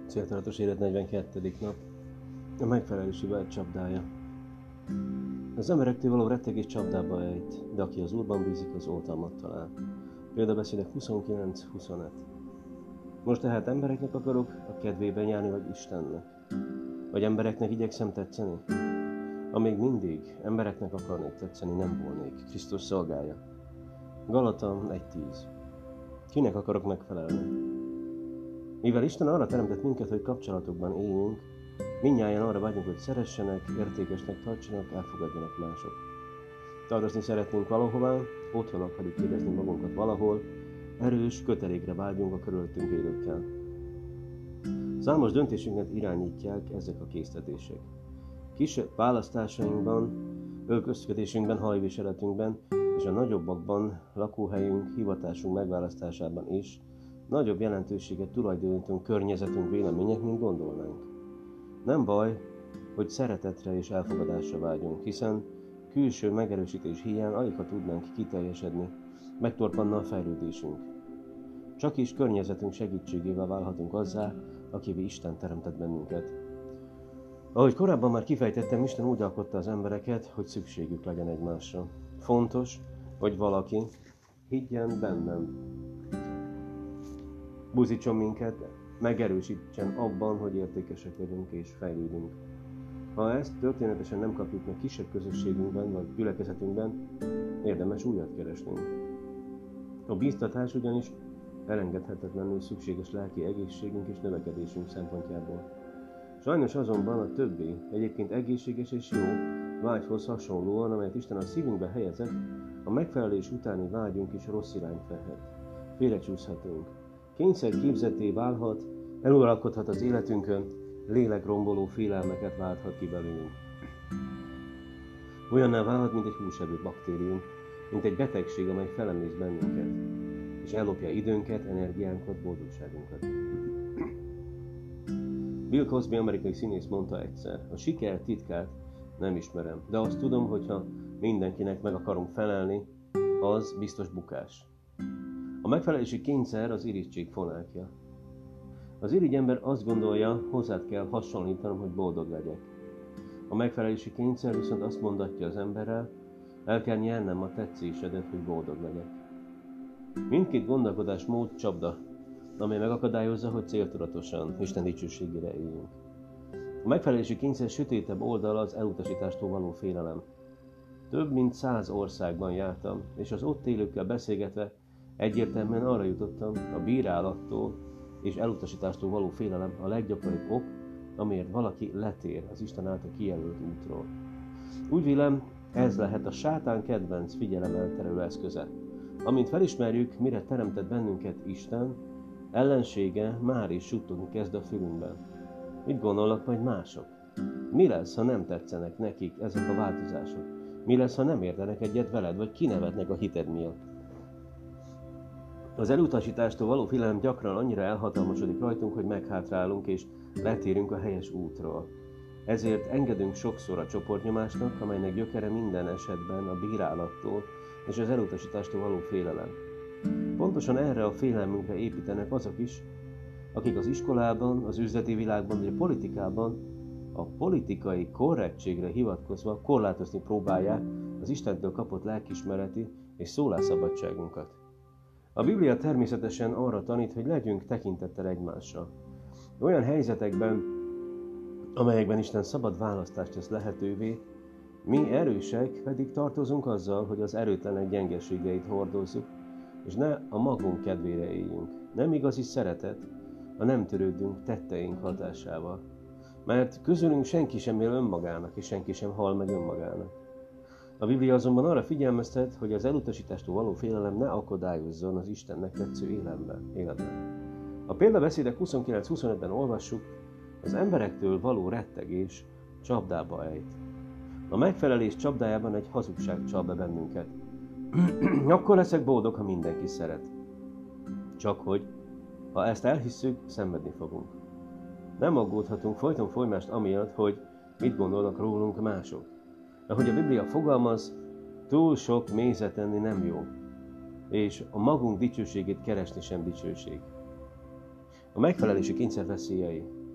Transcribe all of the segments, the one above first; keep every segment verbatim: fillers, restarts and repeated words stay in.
Céltudatos élet negyvenkettedik nap. A megfelelési vágy csapdája. Az emberektől való rettegés csapdába ejt, de aki az Úrban bízik, az oltalmat talál. Példabeszédek huszonkilenc huszonöt. Most tehát embereknek akarok a kedvében járni, vagy Istennek? Vagy embereknek igyekszem tetszeni? Amíg mindig embereknek akarnék tetszeni, nem volnék Krisztus szolgája. Galata egy tíz. Kinek akarok megfelelni? Mivel Isten arra teremtett minket, hogy kapcsolatokban éljünk, mindnyájan arra vágyunk, hogy szeressenek, értékesnek tartsanak, elfogadjanak mások. Tartozni szeretnénk valahová, otthon akarjuk érezni magunkat valahol, erős kötelékre vágyunk a körülöttünk élőkkel. Számos döntésünket irányítják ezek a késztetések. Kisebb választásainkban, öltözködésünkben, hajviseletünkben és a nagyobbakban, lakóhelyünk, hivatásunk megválasztásában is nagyobb jelentőséget tulajdonítunk környezetünk vélemények, mint gondolnánk. Nem baj, hogy szeretetre és elfogadásra vágyunk, hiszen külső megerősítés hiány aligha tudnánk kiteljesedni, megtorpanna a fejlődésünk. Csak is környezetünk segítségével válhatunk azzá, akivé Isten teremtett bennünket. Ahogy korábban már kifejtettem, Isten úgy alkotta az embereket, hogy szükségük legyen egymásra. Fontos, hogy valaki higgyen bennem, buzítson minket, megerősítsen abban, hogy értékesek vagyunk és fejlődünk. Ha ezt történetesen nem kapjuk meg kisebb közösségünkben vagy gyülekezetünkben, érdemes újat keresnünk. A bíztatás ugyanis elengedhetetlenül szükséges lelki egészségünk és növekedésünk szempontjából. Sajnos azonban a többi, egyébként egészséges és jó vágyhoz hasonlóan, amelyet Isten a szívünkbe helyezett, a megfelelés utáni vágyunk is rossz irányt vehet. Félrecsúszhatunk. Kényszer képzetté válhat, eluralkodhat az életünkön, lélekromboló félelmeket válthat ki belőlünk. Olyanná válhat, mint egy húsevő baktérium, mint egy betegség, amely felemész bennünket, és ellopja időnket, energiánkat, boldogságunkat. Bill Cosby amerikai színész mondta egyszer, a siker titkát nem ismerem, de azt tudom, hogyha mindenkinek meg akarunk felelni, az biztos bukás. A megfelelési kényszer az irigység fonákja. Az irigy ember azt gondolja, hozzád kell hasonlítanom, hogy boldog legyek. A megfelelési kényszer viszont azt mondatja az emberrel, el kell nyernem a tetszésedet, hogy boldog legyek. Mindkét gondolkodásmód csapda, amely megakadályozza, hogy céltudatosan Isten dicsőségére éljünk. A megfelelési kényszer sötétebb oldala az elutasítástól való félelem. Több mint száz országban jártam, és az ott élőkkel beszélgetve egyértelműen arra jutottam, a bírálattól és elutasítástól való félelem a leggyakoribb ok, amiért valaki letér az Isten által kijelölt útról. Úgy vélem, ez lehet a sátán kedvenc figyelemelterelő eszköze. Amint felismerjük, mire teremtett bennünket Isten, ellensége már is suttogni kezd a fülünkben. Mit gondolnak majd mások? Mi lesz, ha nem tetszenek nekik ezek a változások? Mi lesz, ha nem értenek egyet veled, vagy kinevetnek a hited miatt? Az elutasítástól való félelem gyakran annyira elhatalmasodik rajtunk, hogy meghátrálunk és letérünk a helyes útról. Ezért engedünk sokszor a csoportnyomásnak, amelynek gyökere minden esetben a bírálattól és az elutasítástól való félelem. Pontosan erre a félelmünkre építenek azok is, akik az iskolában, az üzleti világban vagy a politikában a politikai korrektségre hivatkozva korlátozni próbálják az Istentől kapott lelkiismereti és szólásszabadságunkat. A Biblia természetesen arra tanít, hogy legyünk tekintettel egymásra. Olyan helyzetekben, amelyekben Isten szabad választást tesz lehetővé, mi erősek pedig tartozunk azzal, hogy az erőtlenek gyengeségeit hordozzuk, és ne a magunk kedvére éljünk. Nem igazi szeretet, ha nem törődünk tetteink hatásával. Mert közülünk senki sem él önmagának, és senki sem hal meg önmagának. A Biblia azonban arra figyelmeztet, hogy az elutasítástól való félelem ne akadályozzon az Istennek tetsző életben. A példabeszédek huszonkilenc huszonötben olvassuk, az emberektől való rettegés csapdába ejt. A megfelelés csapdájában egy hazugság csap be bennünket. Akkor leszek boldog, ha mindenki szeret. Csak hogy, ha ezt elhisszük, szenvedni fogunk. Nem aggódhatunk folyton folymást amiatt, hogy mit gondolnak rólunk mások. Ahogy a Biblia fogalmaz, túl sok mézet enni nem jó, és a magunk dicsőségét keresni sem dicsőség. A megfelelési kényszer veszélyei.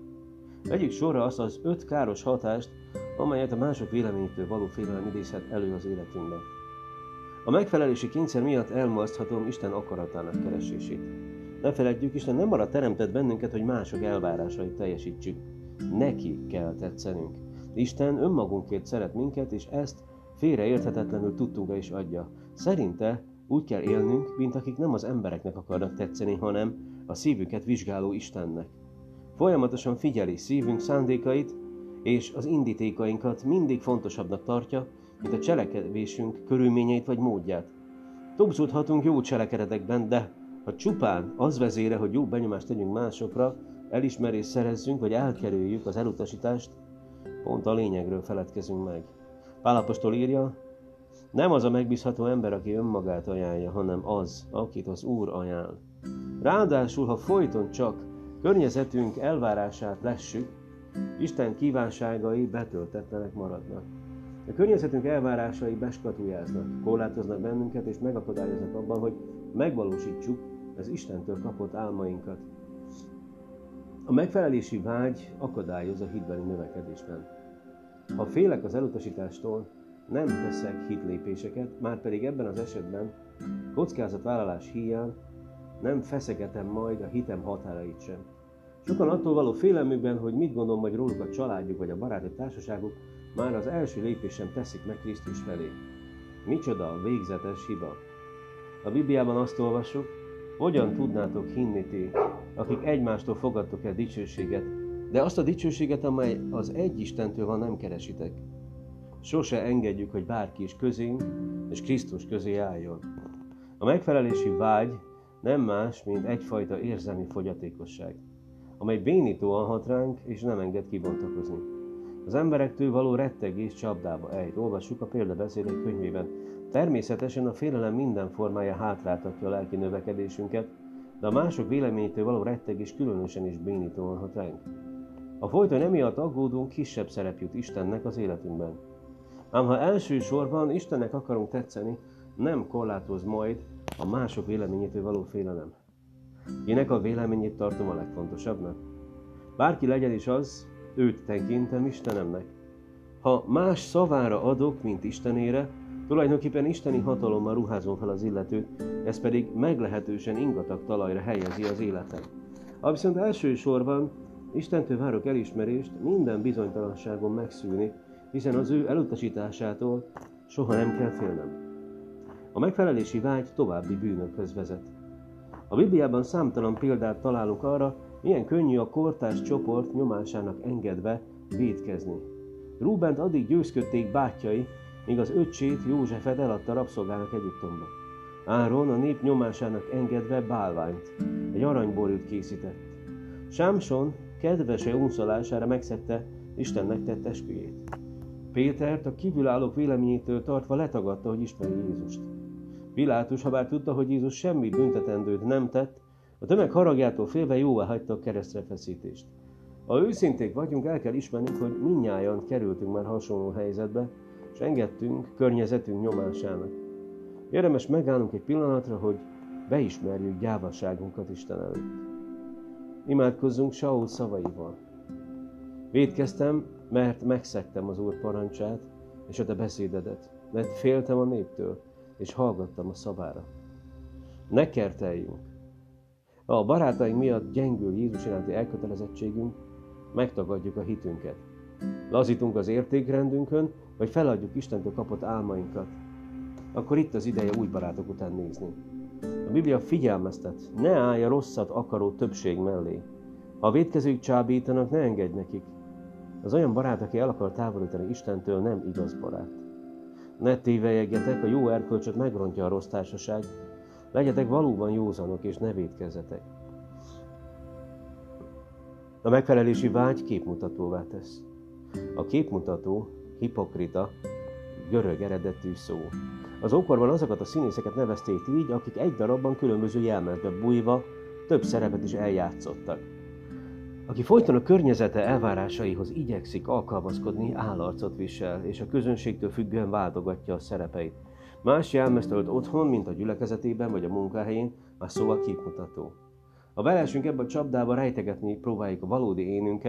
Vegyük sorra azt az öt káros hatást, amelyet a mások véleményétől való félelem idézhet elő az életünkben. A megfelelési kényszer miatt elmulaszthatom Isten akaratának keresését. Ne feledjük, Isten nem arra teremtett bennünket, hogy mások elvárásait teljesítsük. Neki kell tetszenünk. Isten önmagunkért szeret minket, és ezt félreérthetetlenül tudtunkra is adja. Szerinte úgy kell élnünk, mint akik nem az embereknek akarnak tetszeni, hanem a szívüket vizsgáló Istennek. Folyamatosan figyeli szívünk szándékait, és az indítékainkat mindig fontosabbnak tartja, mint a cselekedésünk körülményeit vagy módját. Tobzódhatunk jó cselekedekben, de ha csupán az vezére, hogy jó benyomást tegyünk másokra, elismerést szerezzünk, vagy elkerüljük az elutasítást, pont a lényegről feledkezünk meg. Pál apostol írja, nem az a megbízható ember, aki önmagát ajánlja, hanem az, akit az Úr ajánl. Ráadásul, ha folyton csak környezetünk elvárását lessük, Isten kívánságai betöltetlenek maradnak. A környezetünk elvárásai beskatujáznak, korlátoznak bennünket és megakadályoznak abban, hogy megvalósítsuk az Istentől kapott álmainkat. A megfelelési vágy akadályoz a hitbeli növekedésben. Ha félek az elutasítástól, nem teszek hitlépéseket, márpedig ebben az esetben kockázatvállalás híján nem feszegetem majd a hitem határait sem. Sokan attól való félelmükben, hogy mit gondol majd róluk a családjuk vagy a baráti társaságuk, már az első lépés sem teszik meg Krisztus felé. Micsoda végzetes hiba! A Bibliában azt olvassuk, hogyan tudnátok hinni ti, akik egymástól fogadtok el dicsőséget, de azt a dicsőséget, amely az egy Istentől van, nem keresitek. Sose engedjük, hogy bárki is közénk és Krisztus közé álljon. A megfelelési vágy nem más, mint egyfajta érzelmi fogyatékosság, amely bénítóan hat ránk és nem enged kibontakozni. Az emberektől való rettegés csapdába ejt. Olvassuk a példabeszédek könyvében. Természetesen a félelem minden formája hátráltatja a lelki növekedésünket, de a mások véleményétől való rettegés különösen is bénítóan hat ránk. Ha folyton emiatt aggódunk, kisebb szerep jut Istennek az életünkben. Ám ha elsősorban Istennek akarunk tetszeni, nem korlátoz majd a mások véleményétől való félelem. Kinek a véleményét tartom a legfontosabbnak? Bárki legyen is az, őt tekintem Istenemnek. Ha más szavára adok, mint Istenére, tulajdonképpen isteni hatalommal ruházom fel az illetőt, ez pedig meglehetősen ingatag talajra helyezi az életem. Ha viszont elsősorban Istentől várok elismerést, minden bizonytalanságom megszűnik, hiszen az ő elutasításától soha nem kell félnem. A megfelelési vágy további bűnökhöz vezet. A Bibliában számtalan példát találunk arra, milyen könnyű a kortárs csoport nyomásának engedve vétkezni. Rúbent addig győzködték bátyjai, míg az öccsét, Józsefet eladta rabszolgának Egyiptomba. Áron a nép nyomásának engedve bálványt, egy aranyborút készített. Sámson kedvese unszolására megszegte Istennek tett esküjét. Pétert a kívülállók véleményétől tartva letagadta, hogy ismeri Jézust. Pilátus, habár tudta, hogy Jézus semmi büntetendőt nem tett, a tömeg haragjától félve jóvá hagyta a keresztre feszítést. Ha őszinték vagyunk, el kell ismernünk, hogy mindnyájan kerültünk már hasonló helyzetbe, és engedtünk környezetünk nyomásának. Érdemes megállnunk egy pillanatra, hogy beismerjük gyávaságunkat Isten előtt. Imádkozzunk Saul szavaival. Vétkeztem, mert megszegtem az Úr parancsát és a te beszédedet, mert féltem a néptől, és hallgattam a szavára. Ne kerteljünk! Ha a barátaink miatt gyengül Jézus iránti elkötelezettségünk, megtagadjuk a hitünket. Lazítunk az értékrendünkön, vagy feladjuk Istentől kapott álmainkat. Akkor itt az ideje új barátok után nézni. A Biblia figyelmeztet, ne állj a rosszat akaró többség mellé. Ha a vétkezők csábítanak, ne engedj nekik. Az olyan barát, aki el akar távolítani Istentől, nem igaz barát. Ne tévelyegjetek, a jó erkölcsöt megrontja a rossz társaság. Legyetek valóban józanok, és ne vétkezzetek. A megfelelési vágy képmutatóvá tesz. A képmutató, hipokrita, görög eredetű szó. Az ókorban azokat a színészeket nevezték így, akik egy darabban különböző jelmezbe bújva több szerepet is eljátszottak. Aki folyton a környezete elvárásaihoz igyekszik alkalmazkodni, állarcot visel, és a közönségtől függően váltogatja a szerepeit. Más jelmezt ölt otthon, mint a gyülekezetében vagy a munkahelyén, más szóval képmutató. A belesünk ebbe a csapdába rejtegetni próbáljuk a valódi énünket,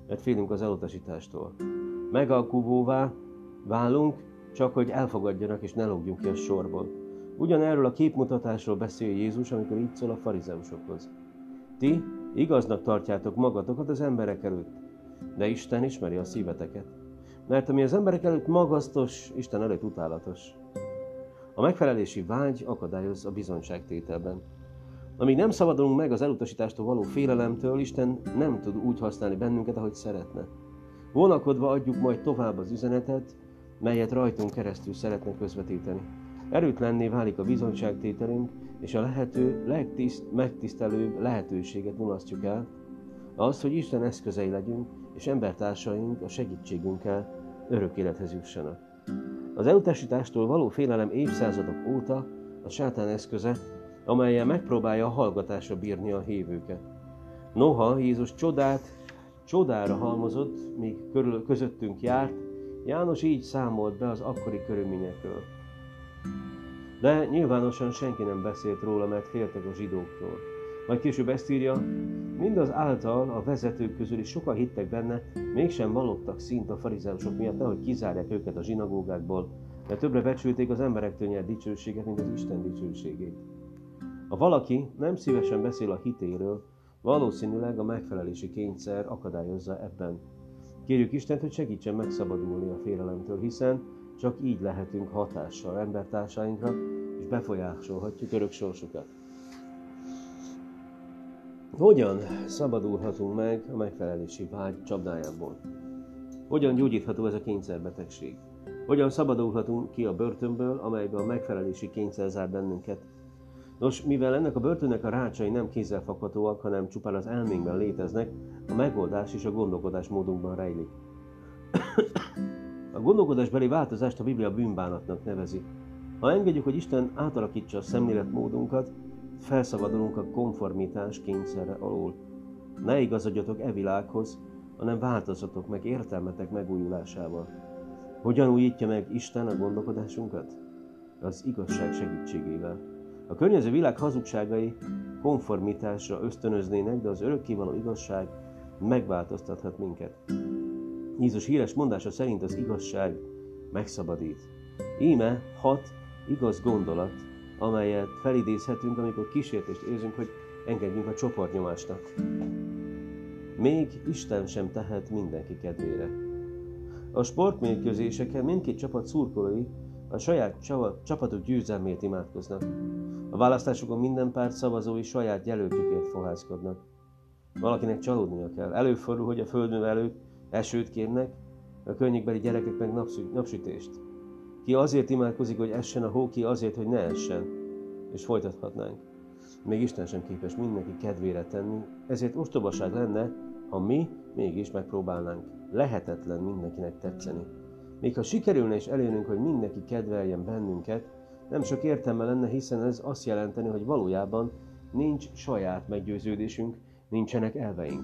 mert félünk az elutasítástól. Megalkuvóvá válunk, csak hogy elfogadjanak és ne lógjunk ki a sorból. Ugyanerről a képmutatásról beszél Jézus, amikor így szól a farizeusokhoz. Ti igaznak tartjátok magatokat az emberek előtt, de Isten ismeri a szíveteket. Mert ami az emberek előtt magasztos, Isten előtt utálatos. A megfelelési vágy akadályoz a bizonyságtételben. Amíg nem szabadulunk meg az elutasítástól való félelemtől, Isten nem tud úgy használni bennünket, ahogy szeretne. Vonakodva adjuk majd tovább az üzenetet, melyet rajtunk keresztül szeretne közvetíteni. Erőtlenné válik a bizonyságtételünk, és a lehető legtiszt, megtisztelőbb lehetőséget mulasztjuk el, az, hogy Isten eszközei legyünk, és embertársaink a segítségünkkel örök élethez jussanak. Az elutasítástól való félelem évszázadok óta a sátán eszköze, amellyel megpróbálja a hallgatásra bírni a hívőket. Noha Jézus csodát, csodára halmozott, míg körül, közöttünk járt, János így számolt be az akkori körülményekről. De nyilvánosan senki nem beszélt róla, mert féltek a zsidóktól. Majd később ezt írja, mindaz által a vezetők közül is sokan hittek benne, mégsem vallottak szint a farizeusok miatt, nehogy kizárják őket a zsinagógákból, mert többre becsülték az emberektől nyert dicsőséget, mint az Isten dicsőségét. Ha valaki nem szívesen beszél a hitéről, valószínűleg a megfelelési kényszer akadályozza ebben. Kérjük Istent, hogy segítsen megszabadulni a félelemtől, hiszen csak így lehetünk hatással embertársainkra, és befolyásolhatjuk örök sorsukat. Hogyan szabadulhatunk meg a megfelelési vágy csapdájából? Hogyan gyógyítható ez a kényszerbetegség? Hogyan szabadulhatunk ki a börtönből, amelybe a megfelelési kényszer zár bennünket? Nos, mivel ennek a börtönnek a rácsai nem kézzelfoghatóak, hanem csupán az elménkben léteznek, a megoldás és a gondolkodásmódunkban rejlik. A gondolkodásbeli változást a Biblia bűnbánatnak nevezi. Ha engedjük, hogy Isten átalakítsa a szemléletmódunkat, felszabadulunk a konformitás kényszerre alól. Ne igazodjatok e világhoz, hanem változatok meg értelmetek megújulásával. Hogyan újítja meg Isten a gondolkodásunkat? Az igazság segítségével. A környező világ hazugságai konformitásra ösztönöznének, de az örökkévaló igazság megváltoztathat minket. Jézus híres mondása szerint az igazság megszabadít. Íme hat igaz gondolat, amelyet felidézhetünk, amikor kísértést érzünk, hogy engedjünk a csoportnyomásnak. Még Isten sem tehet mindenki kedvére. A sportmérkőzéseken mindkét csapat szurkolói a saját csapatuk győzelmét imádkoznak. A választásokon minden párt szavazói saját jelöltjükért fohászkodnak. Valakinek csalódnia kell. Előfordul, hogy a földművelők esőt kérnek, a környékbeli gyerekek meg napsütést. Ki azért imádkozik, hogy essen a hó, ki azért, hogy ne essen. És folytathatnánk. Még Isten sem képes mindenki kedvére tenni, ezért ostobaság lenne, ha mi mégis megpróbálnánk. Lehetetlen mindenkinek tetszeni. Még ha sikerülne és elérnünk, hogy mindenki kedveljen bennünket, nem sok értelme lenne, hiszen ez azt jelenteni, hogy valójában nincs saját meggyőződésünk, nincsenek elveink.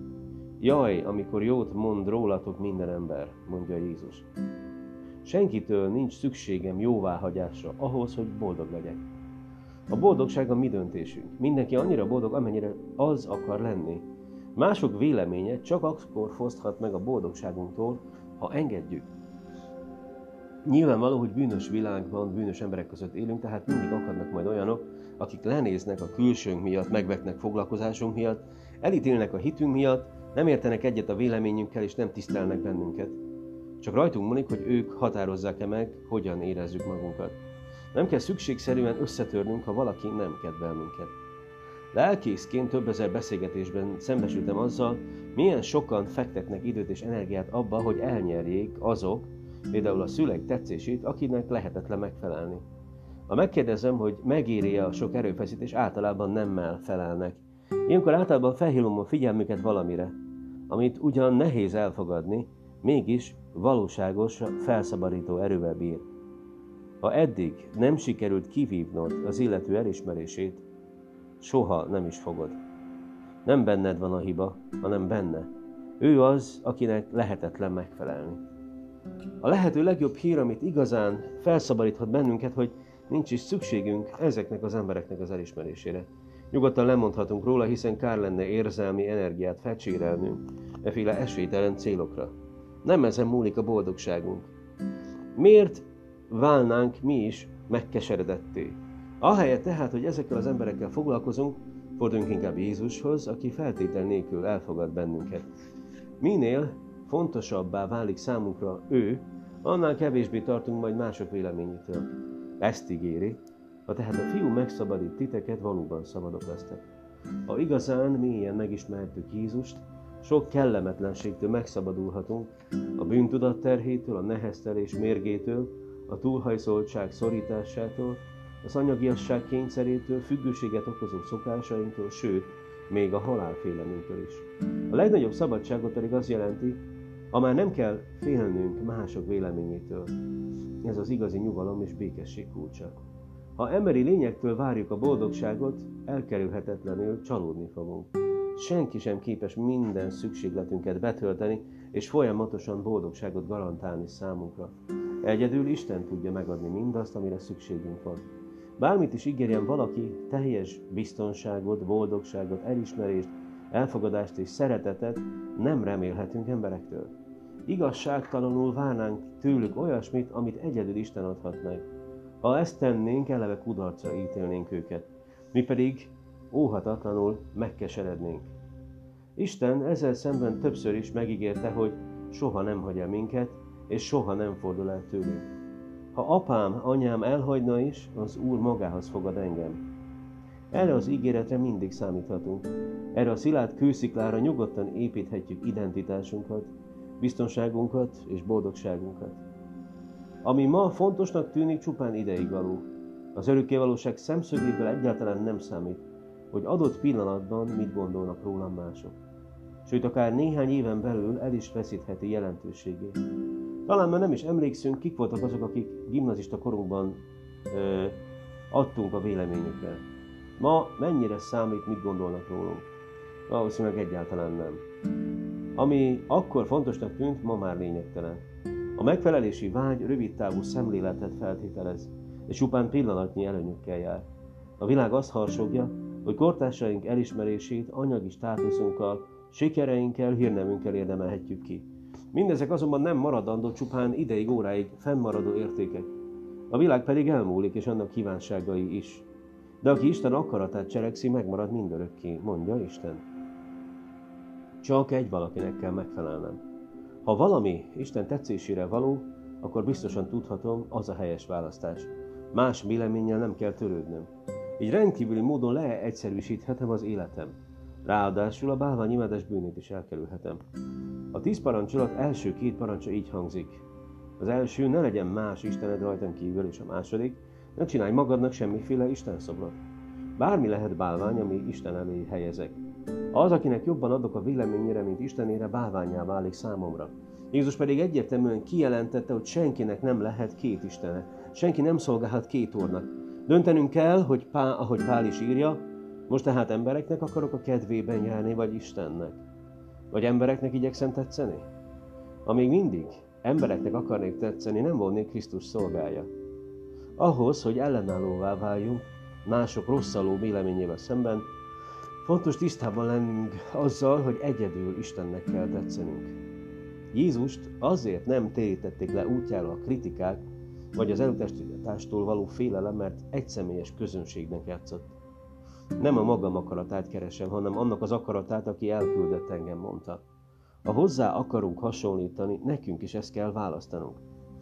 Jaj, amikor jót mond rólatok minden ember, mondja Jézus. Senkitől nincs szükségem jóváhagyásra ahhoz, hogy boldog legyek. A boldogság a mi döntésünk. Mindenki annyira boldog, amennyire az akar lenni. Mások véleménye csak akkor foszthat meg a boldogságunktól, ha engedjük. Nyilvánvaló, hogy bűnös világban, bűnös emberek között élünk, tehát mindig akadnak majd olyanok, akik lenéznek a külsőnk miatt, megvetnek foglalkozásunk miatt, elítélnek a hitünk miatt, nem értenek egyet a véleményünkkel és nem tisztelnek bennünket. Csak rajtunk múlik, hogy ők határozzák-e meg, hogyan érezzük magunkat. Nem kell szükségszerűen összetörnünk, ha valaki nem kedvel minket. Lelkészként több ezer beszélgetésben szembesültem azzal, milyen sokan fektetnek időt és energiát abba, hogy elnyerjék azok, például a szüleik tetszését, akinek lehetetlen megfelelni. Ha megkérdezem, hogy megéri-e a sok erőfeszítés, általában nemmel felelnek. Ilyenkor általában felhívom a figyelmüket valamire, amit ugyan nehéz elfogadni, mégis valóságos, felszabadító erővel bír. Ha eddig nem sikerült kivívnod az illető elismerését, soha nem is fogod. Nem benned van a hiba, hanem benne. Ő az, akinek lehetetlen megfelelni. A lehető legjobb hír, amit igazán felszabadíthat bennünket, hogy nincs is szükségünk ezeknek az embereknek az elismerésére. Nyugodtan lemondhatunk róla, hiszen kár lenne érzelmi energiát fecsérelnünk eféle esélytelen célokra. Nem ezen múlik a boldogságunk. Miért válnánk mi is megkeseredetté? Ahelyett tehát, hogy ezekkel az emberekkel foglalkozunk, forduljunk inkább Jézushoz, aki feltétel nélkül elfogad bennünket. Minél fontosabbá válik számunkra ő, annál kevésbé tartunk majd mások véleményétől. Ezt ígéri, ha tehát a Fiú megszabadít titeket, valóban szabadok lesztek. Ha igazán mélyen megismertük Jézust, sok kellemetlenségtől megszabadulhatunk, a bűntudat terhétől, a neheztelés mérgétől, a túlhajszoltság szorításától, az anyagiasság kényszerétől, függőséget okozó szokásainktól, sőt, még a halálfélemünktől is. A legnagyobb szabadságot pedig azt jelenti, ha már nem kell félnünk mások véleményétől. Ez az igazi nyugalom és békesség kulcsa. Ha emberi lényektől várjuk a boldogságot, elkerülhetetlenül csalódni fogunk. Senki sem képes minden szükségletünket betölteni, és folyamatosan boldogságot garantálni számunkra. Egyedül Isten tudja megadni mindazt, amire szükségünk van. Bármit is ígérjen valaki, teljes biztonságot, boldogságot, elismerést, elfogadást és szeretetet nem remélhetünk emberektől. Igazságtalanul várnánk tőlük olyasmit, amit egyedül Isten adhat meg. Ha ezt tennénk, eleve kudarcra ítélnénk őket. Mi pedig óhatatlanul megkeserednénk. Isten ezzel szemben többször is megígérte, hogy soha nem hagy el minket, és soha nem fordul el tőlünk. Ha apám, anyám elhagyna is, az Úr magához fogad engem. Erre az ígéretre mindig számíthatunk. Erre a szilárd kősziklára nyugodtan építhetjük identitásunkat, biztonságunkat és boldogságunkat. Ami ma fontosnak tűnik, csupán ideigvaló. Az örökkévalóság szemszögéből egyáltalán nem számít, hogy adott pillanatban mit gondolnak rólam mások. Sőt, akár néhány éven belül el is veszítheti jelentőségét. Talán már nem is emlékszünk, kik voltak azok, akik gimnazista korunkban ö, adtunk a véleményükre. Ma mennyire számít, mit gondolnak rólunk? Valószínűleg egyáltalán nem. Ami akkor fontosnak tűnt, ma már lényegtelen. A megfelelési vágy rövidtávú szemléletet feltételez, és csupán pillanatnyi előnyökkel jár. A világ azt harsogja, hogy kortársaink elismerését anyagi státuszunkkal, sikereinkkel, hírnevünkkel érdemelhetjük ki. Mindezek azonban nem maradandó, csupán ideig, óráig fennmaradó értékek. A világ pedig elmúlik, és annak kívánságai is. De aki Isten akaratát cselekszi, megmarad mindörökké, mondja Isten. Csak egy valakinek kell megfelelnem. Ha valami Isten tetszésére való, akkor biztosan tudhatom, az a helyes választás. Más véleménnyel nem kell törődnöm. Így rendkívüli módon leegyszerűsíthetem az életem. Ráadásul a bálványimádás bűnét is elkerülhetem. A tíz parancsolat első két parancsa így hangzik. Az első, ne legyen más Istened rajtam kívül, és a második, ne csinálj magadnak semmiféle istenszobrot. Bármi lehet bálvány, ami Isten elé helyezek. Az, akinek jobban adok a véleményére, mint Istenére, bálvánnyá válik számomra. Jézus pedig egyértelműen kijelentette, hogy senkinek nem lehet két istene. Senki nem szolgálhat két úrnak. Döntenünk kell, hogy Pál, ahogy Pál is írja, most tehát embereknek akarok a kedvében járni, vagy Istennek? Vagy embereknek igyekszem tetszeni? Amíg mindig embereknek akarnék tetszeni, nem volnék Krisztus szolgája. Ahhoz, hogy ellenállóvá váljunk mások rosszaló véleményével szemben, fontos tisztában lennünk azzal, hogy egyedül Istennek kell tetszenünk. Jézust azért nem térítették le útjára a kritikák, vagy az elutasítástól való félelem, mert egyszemélyes közönségnek játszott. Nem a magam akaratát keresem, hanem annak az akaratát, aki elküldött engem, mondta. Ha hozzá akarunk hasonlítani, nekünk is ezt kell választanunk.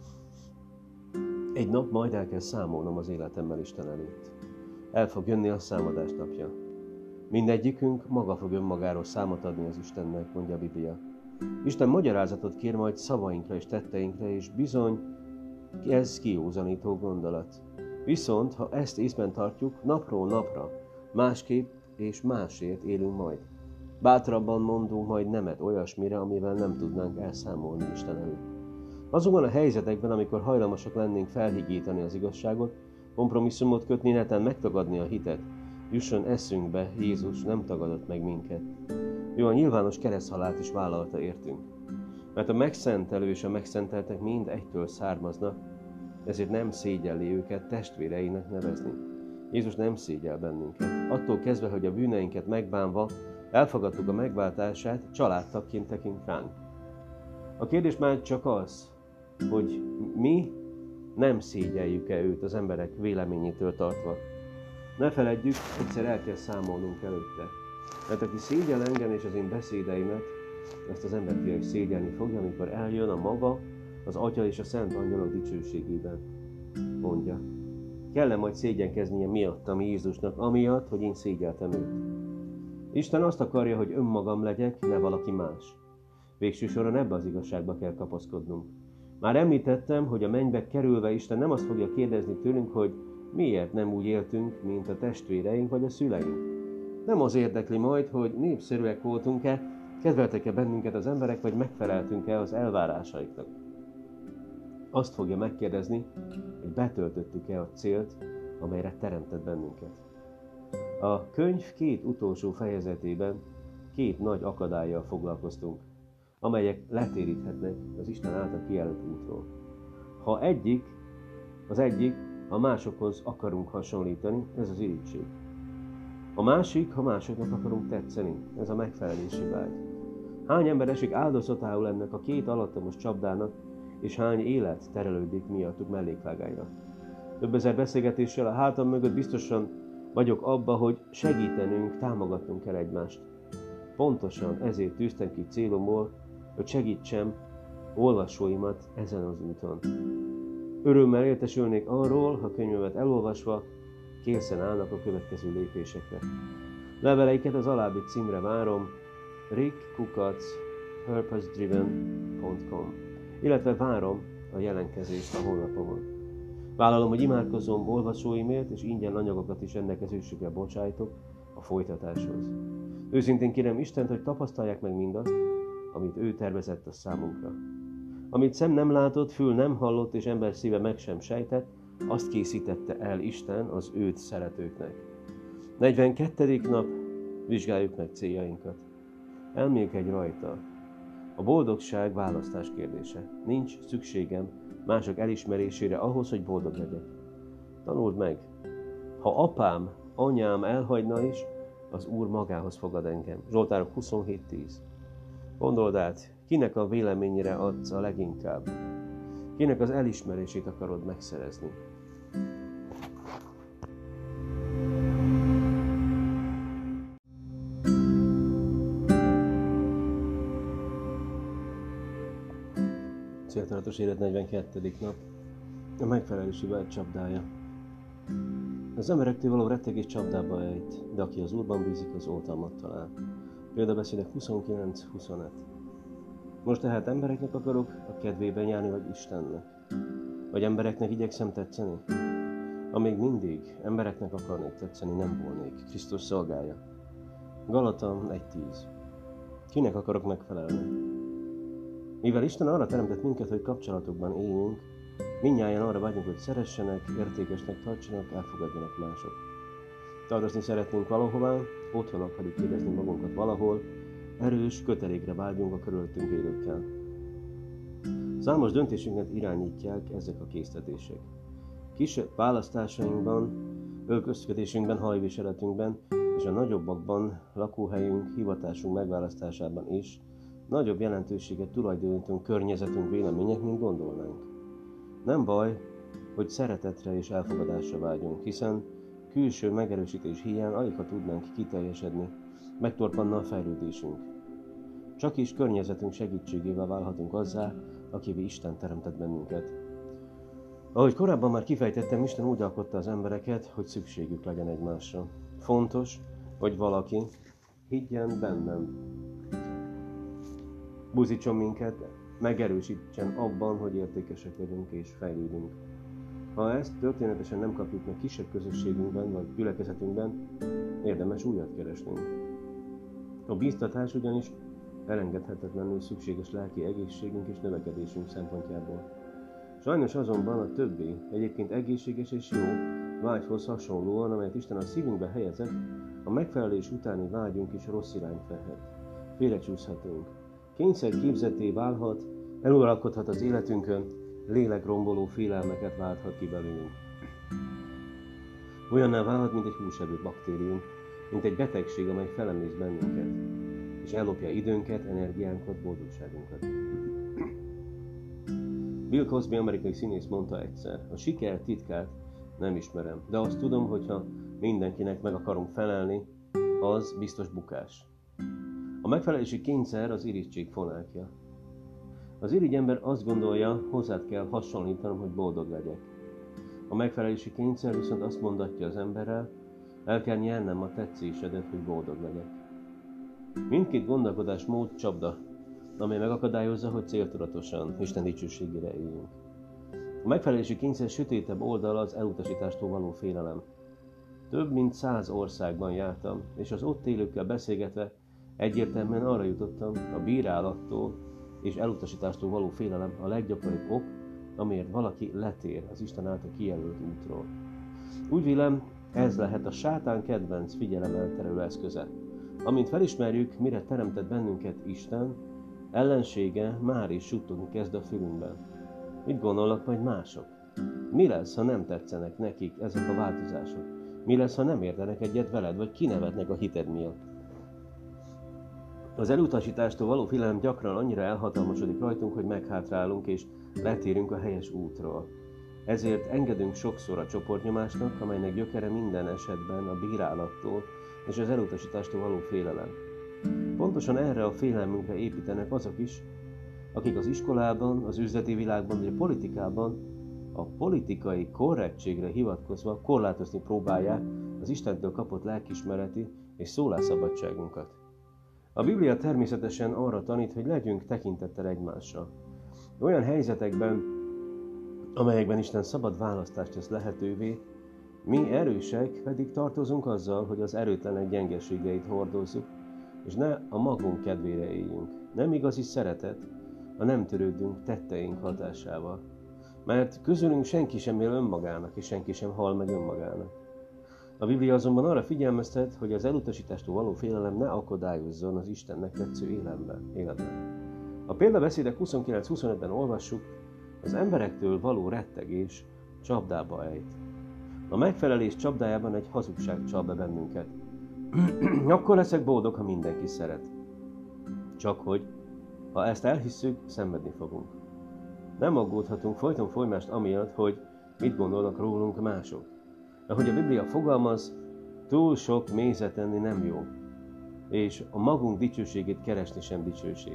Egy nap majd el kell számolnom az életemmel Isten előtt. El fog jönni a számadás napja. Mindegyikünk maga fog önmagáról számot adni az Istennek, mondja a Biblia. Isten magyarázatot kér majd szavainkra és tetteinkre, és bizony ez kiózanító gondolat. Viszont, ha ezt észben tartjuk, napról napra másképp és másért élünk majd. Bátrabban mondunk majd nemet olyasmire, amivel nem tudnánk elszámolni Isten előtt. Azonban a helyzetekben, amikor hajlamosak lennénk felhigítani az igazságot, kompromisszumot kötni, netán megtagadni a hitet, jusson eszünkbe, Jézus nem tagadott meg minket. Ő a nyilvános kereszthalált is vállalta értünk. Mert a megszentelő és a megszenteltek mind egytől származnak, ezért nem szégyelli őket testvéreinek nevezni. Jézus nem szégyel bennünket. Attól kezdve, hogy a bűneinket megbánva elfogadtuk a megváltását, családtagként tekint ránk. A kérdés már csak az, hogy mi nem szégyeljük-e őt az emberek véleményétől tartva. Ne feledjük, egyszer el kell számolnunk előtte. Mert aki szégyel engem és az én beszédeimet, azt az ember tényleg szégyelni fogja, amikor eljön a maga, az Atya és a Szent Angyalok dicsőségében, mondja. Kell-e majd szégyenkeznie miattam Jézusnak, amiatt, hogy én szégyeltem őt? Isten azt akarja, hogy önmagam legyek, ne valaki más. Végső soron ebbe az igazságba kell kapaszkodnunk. Már említettem, hogy a mennybe kerülve Isten nem azt fogja kérdezni tőlünk, hogy miért nem úgy éltünk, mint a testvéreink vagy a szüleink. Nem az érdekli majd, hogy népszerűek voltunk-e, kedveltek-e bennünket az emberek, vagy megfeleltünk-e az elvárásaiknak. Azt fogja megkérdezni, hogy betöltöttük-e a célt, amelyre teremtett bennünket. A könyv két utolsó fejezetében két nagy akadállyal foglalkoztunk, amelyek letéríthetnek az Isten által kijelölt útról. Ha egyik, az egyik, a másokhoz akarunk hasonlítani, ez az irigység. A másik, ha másoknak akarunk tetszeni, ez a megfelelési vágy. Hány ember esik áldozatául ennek a két alattomos csapdának, és hány élet terelődik miattuk mellékvágányra. Több ezer beszélgetéssel a hátam mögött biztosan vagyok abba, hogy segítenünk, támogatnunk kell egymást. Pontosan ezért tűztem ki célomból, hogy segítsem olvasóimat ezen az úton. Örömmel értesülnék arról, ha könyvemet elolvasva készen állnak a következő lépésekre. Leveleiket az alábbi címre várom, rick kukac purpose driven pont com, illetve várom a jelentkezést a honlapomon. Vállalom, hogy imádkozom olvasóimért, és ingyen anyagokat is rendelkezésükre bocsájtok a folytatáshoz. Őszintén kérem Istent, hogy tapasztalják meg mindazt, amit ő tervezett a számunkra. Amit szem nem látott, fül nem hallott, és ember szíve meg sem sejtett, azt készítette el Isten az őt szeretőknek. negyvenkettedik nap, vizsgáljuk meg céljainkat. Elmélkedj rajta. A boldogság választás kérdése. Nincs szükségem mások elismerésére ahhoz, hogy boldog legyek. Tanuld meg. Ha apám, anyám elhagyna is, az Úr magához fogad engem. Zsoltárok huszonhét tíz. Gondold át, kinek a véleményére adsz a leginkább? Kinek az elismerését akarod megszerezni? Céltudatos élet negyvenkettedik nap. A megfelelési vágy csapdája. Az emberektől való rettegés csapdába ejt, de aki az Úrban bízik, az oltalmat talál. Példabeszédek huszonkilenc huszonöt. Most tehát embereknek akarok a kedvében járni, vagy Istennek? Vagy embereknek igyekszem tetszeni? Amíg mindig embereknek akarnék tetszeni, nem volnék Krisztus szolgája. Galata egy tíz. Kinek akarok megfelelni? Mivel Isten arra teremtett minket, hogy kapcsolatokban éljünk, mindnyájan arra vágyunk, hogy szeressenek, értékesnek tartsanak, elfogadjanak mások. Tartozni szeretnénk valahová, otthon akarjuk érezni magunkat valahol, erős kötelékre vágyunk a körülöttünk élőkkel. Számos döntésünket irányítják ezek a késztetések. Kisebb választásainkban, öltözködésünkben, hajviseletünkben és a nagyobbakban, lakóhelyünk, hivatásunk megválasztásában is nagyobb jelentőséget tulajdonítunk környezetünk vélemények, mint gondolnánk. Nem baj, hogy szeretetre és elfogadásra vágyunk, hiszen külső megerősítés hiány alig ha tudnánk kiteljesedni, megtorpanna a fejlődésünk. Csak is környezetünk segítségével válhatunk azzá, akivé Isten teremtett bennünket. Ahogy korábban már kifejtettem, Isten úgy alkotta az embereket, hogy szükségük legyen egymásra. Fontos, hogy valaki higgyen bennem, buzítson minket, megerősítsen abban, hogy értékesek vagyunk és fejlődünk. Ha ezt történetesen nem kapjuk meg kisebb közösségünkben vagy gyülekezetünkben, érdemes újat keresnünk. A bíztatás ugyanis elengedhetetlenül szükséges lelki egészségünk és növekedésünk szempontjából. Sajnos azonban a többi, egyébként egészséges és jó vágyhoz hasonlóan, amelyet Isten a szívünkbe helyezett, a megfelelés utáni vágyunk is rossz irányt vehet. Félrecsúszhatunk. Kényszer képzetté válhat, eluralkodhat az életünkön, lélekromboló félelmeket válthat ki belőlünk. Olyanná válhat, mint egy húsevő baktérium, mint egy betegség, amely felemész bennünket, és ellopja időnket, energiánkat, boldogságunkat. Bill Cosby amerikai színész mondta egyszer, a siker titkát nem ismerem, de azt tudom, hogyha mindenkinek meg akarunk felelni, az biztos bukás. A megfelelési kényszer az irigység fonákja. Az irigy ember azt gondolja, hozzád kell hasonlítanom, hogy boldog legyek. A megfelelési kényszer viszont azt mondatja az emberrel, el kell nyernem a tetszésedet, hogy boldog legyek. Mindkét gondolkodásmód csapda, amely megakadályozza, hogy céltudatosan Isten dicsőségére éljünk. A megfelelési kényszer sötétebb oldala az elutasítástól való félelem. Több mint száz országban jártam, és az ott élőkkel beszélgetve egyértelműen arra jutottam, a bírálattól és elutasítástól való félelem a leggyakoribb ok, amiért valaki letér az Isten által kijelölt útról. Úgy vélem, ez lehet a sátán kedvenc figyelemelterelő eszköze. Amint felismerjük, mire teremtett bennünket Isten, ellensége már is suttogni kezd a fülünkben. Mit gondolnak majd mások? Mi lesz, ha nem tetszenek nekik ezek a változások? Mi lesz, ha nem értenek egyet veled, vagy kinevetnek a hited miatt? Az elutasítástól való félelem gyakran annyira elhatalmasodik rajtunk, hogy meghátrálunk és letérünk a helyes útról. Ezért engedünk sokszor a csoportnyomásnak, amelynek gyökere minden esetben a bírálattól és az elutasítástól való félelem. Pontosan erre a félelmünkre építenek azok is, akik az iskolában, az üzleti világban vagy a politikában a politikai korrektségre hivatkozva korlátozni próbálják az Istentől kapott lelkiismereti és szólásszabadságunkat. A Biblia természetesen arra tanít, hogy legyünk tekintettel egymásra. Olyan helyzetekben, amelyekben Isten szabad választást tesz lehetővé, mi erősek pedig tartozunk azzal, hogy az erőtlenek gyengeségeit hordozzuk, és ne a magunk kedvére éljünk. Nem igazi szeretet, ha nem törődünk tetteink hatásával. Mert közülünk senki sem él önmagának, és senki sem hal meg önmagának. A Biblia azonban arra figyelmeztet, hogy az elutasítástól való félelem ne akadályozzon az Istennek tetsző életben. A példabeszédek huszonkilenc huszonötben olvassuk, az emberektől való rettegés csapdába ejt. A megfelelés csapdájában egy hazugság csap be bennünket. Akkor leszek boldog, ha mindenki szeret. Csak hogy, ha ezt elhisszük, szenvedni fogunk. Nem aggódhatunk folyton folymást amiatt, hogy mit gondolnak rólunk mások. Ahogy a Biblia fogalmaz, túl sok mézet enni nem jó, és a magunk dicsőségét keresni sem dicsőség.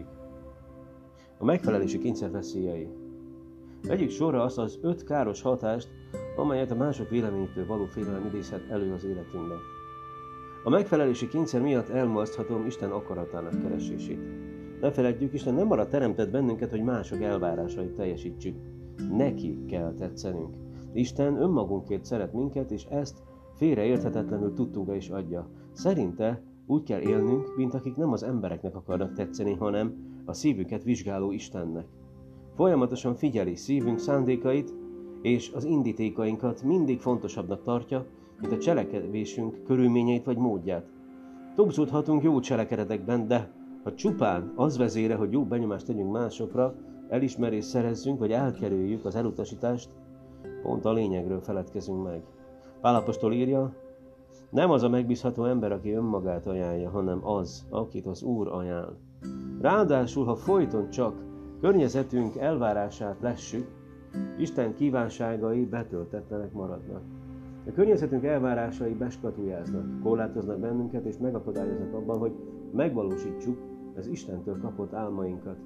A megfelelési kényszer veszélyei. Vegyük sorra azt az öt káros hatást, amelyet a mások véleménytől való félelem idézhet elő az életünkben. A megfelelési kényszer miatt elmulaszthatom Isten akaratának keresését. Ne feledjük, Isten nem arra teremtett bennünket, hogy mások elvárásait teljesítsük. Neki kell tetszenünk. Isten önmagunkért szeret minket, és ezt félreérthetetlenül tudtunkra is adja. Szerinte úgy kell élnünk, mint akik nem az embereknek akarnak tetszeni, hanem a szívüket vizsgáló Istennek. Folyamatosan figyeli szívünk szándékait, és az indítékainkat mindig fontosabbnak tartja, mint a cselekedésünk körülményeit vagy módját. Tobzódhatunk jó cselekedekben, de ha csupán az vezére, hogy jó benyomást tegyünk másokra, elismerést szerezzünk, vagy elkerüljük az elutasítást, pont a lényegről feledkezünk meg. Pál apostol írja, nem az a megbízható ember, aki önmagát ajánlja, hanem az, akit az Úr ajánl. Ráadásul, ha folyton csak környezetünk elvárását lessük, Isten kívánságai betöltetlenek maradnak. A környezetünk elvárásai beskatujáznak, korlátoznak bennünket és megakadályoznak abban, hogy megvalósítsuk az Istentől kapott álmainkat.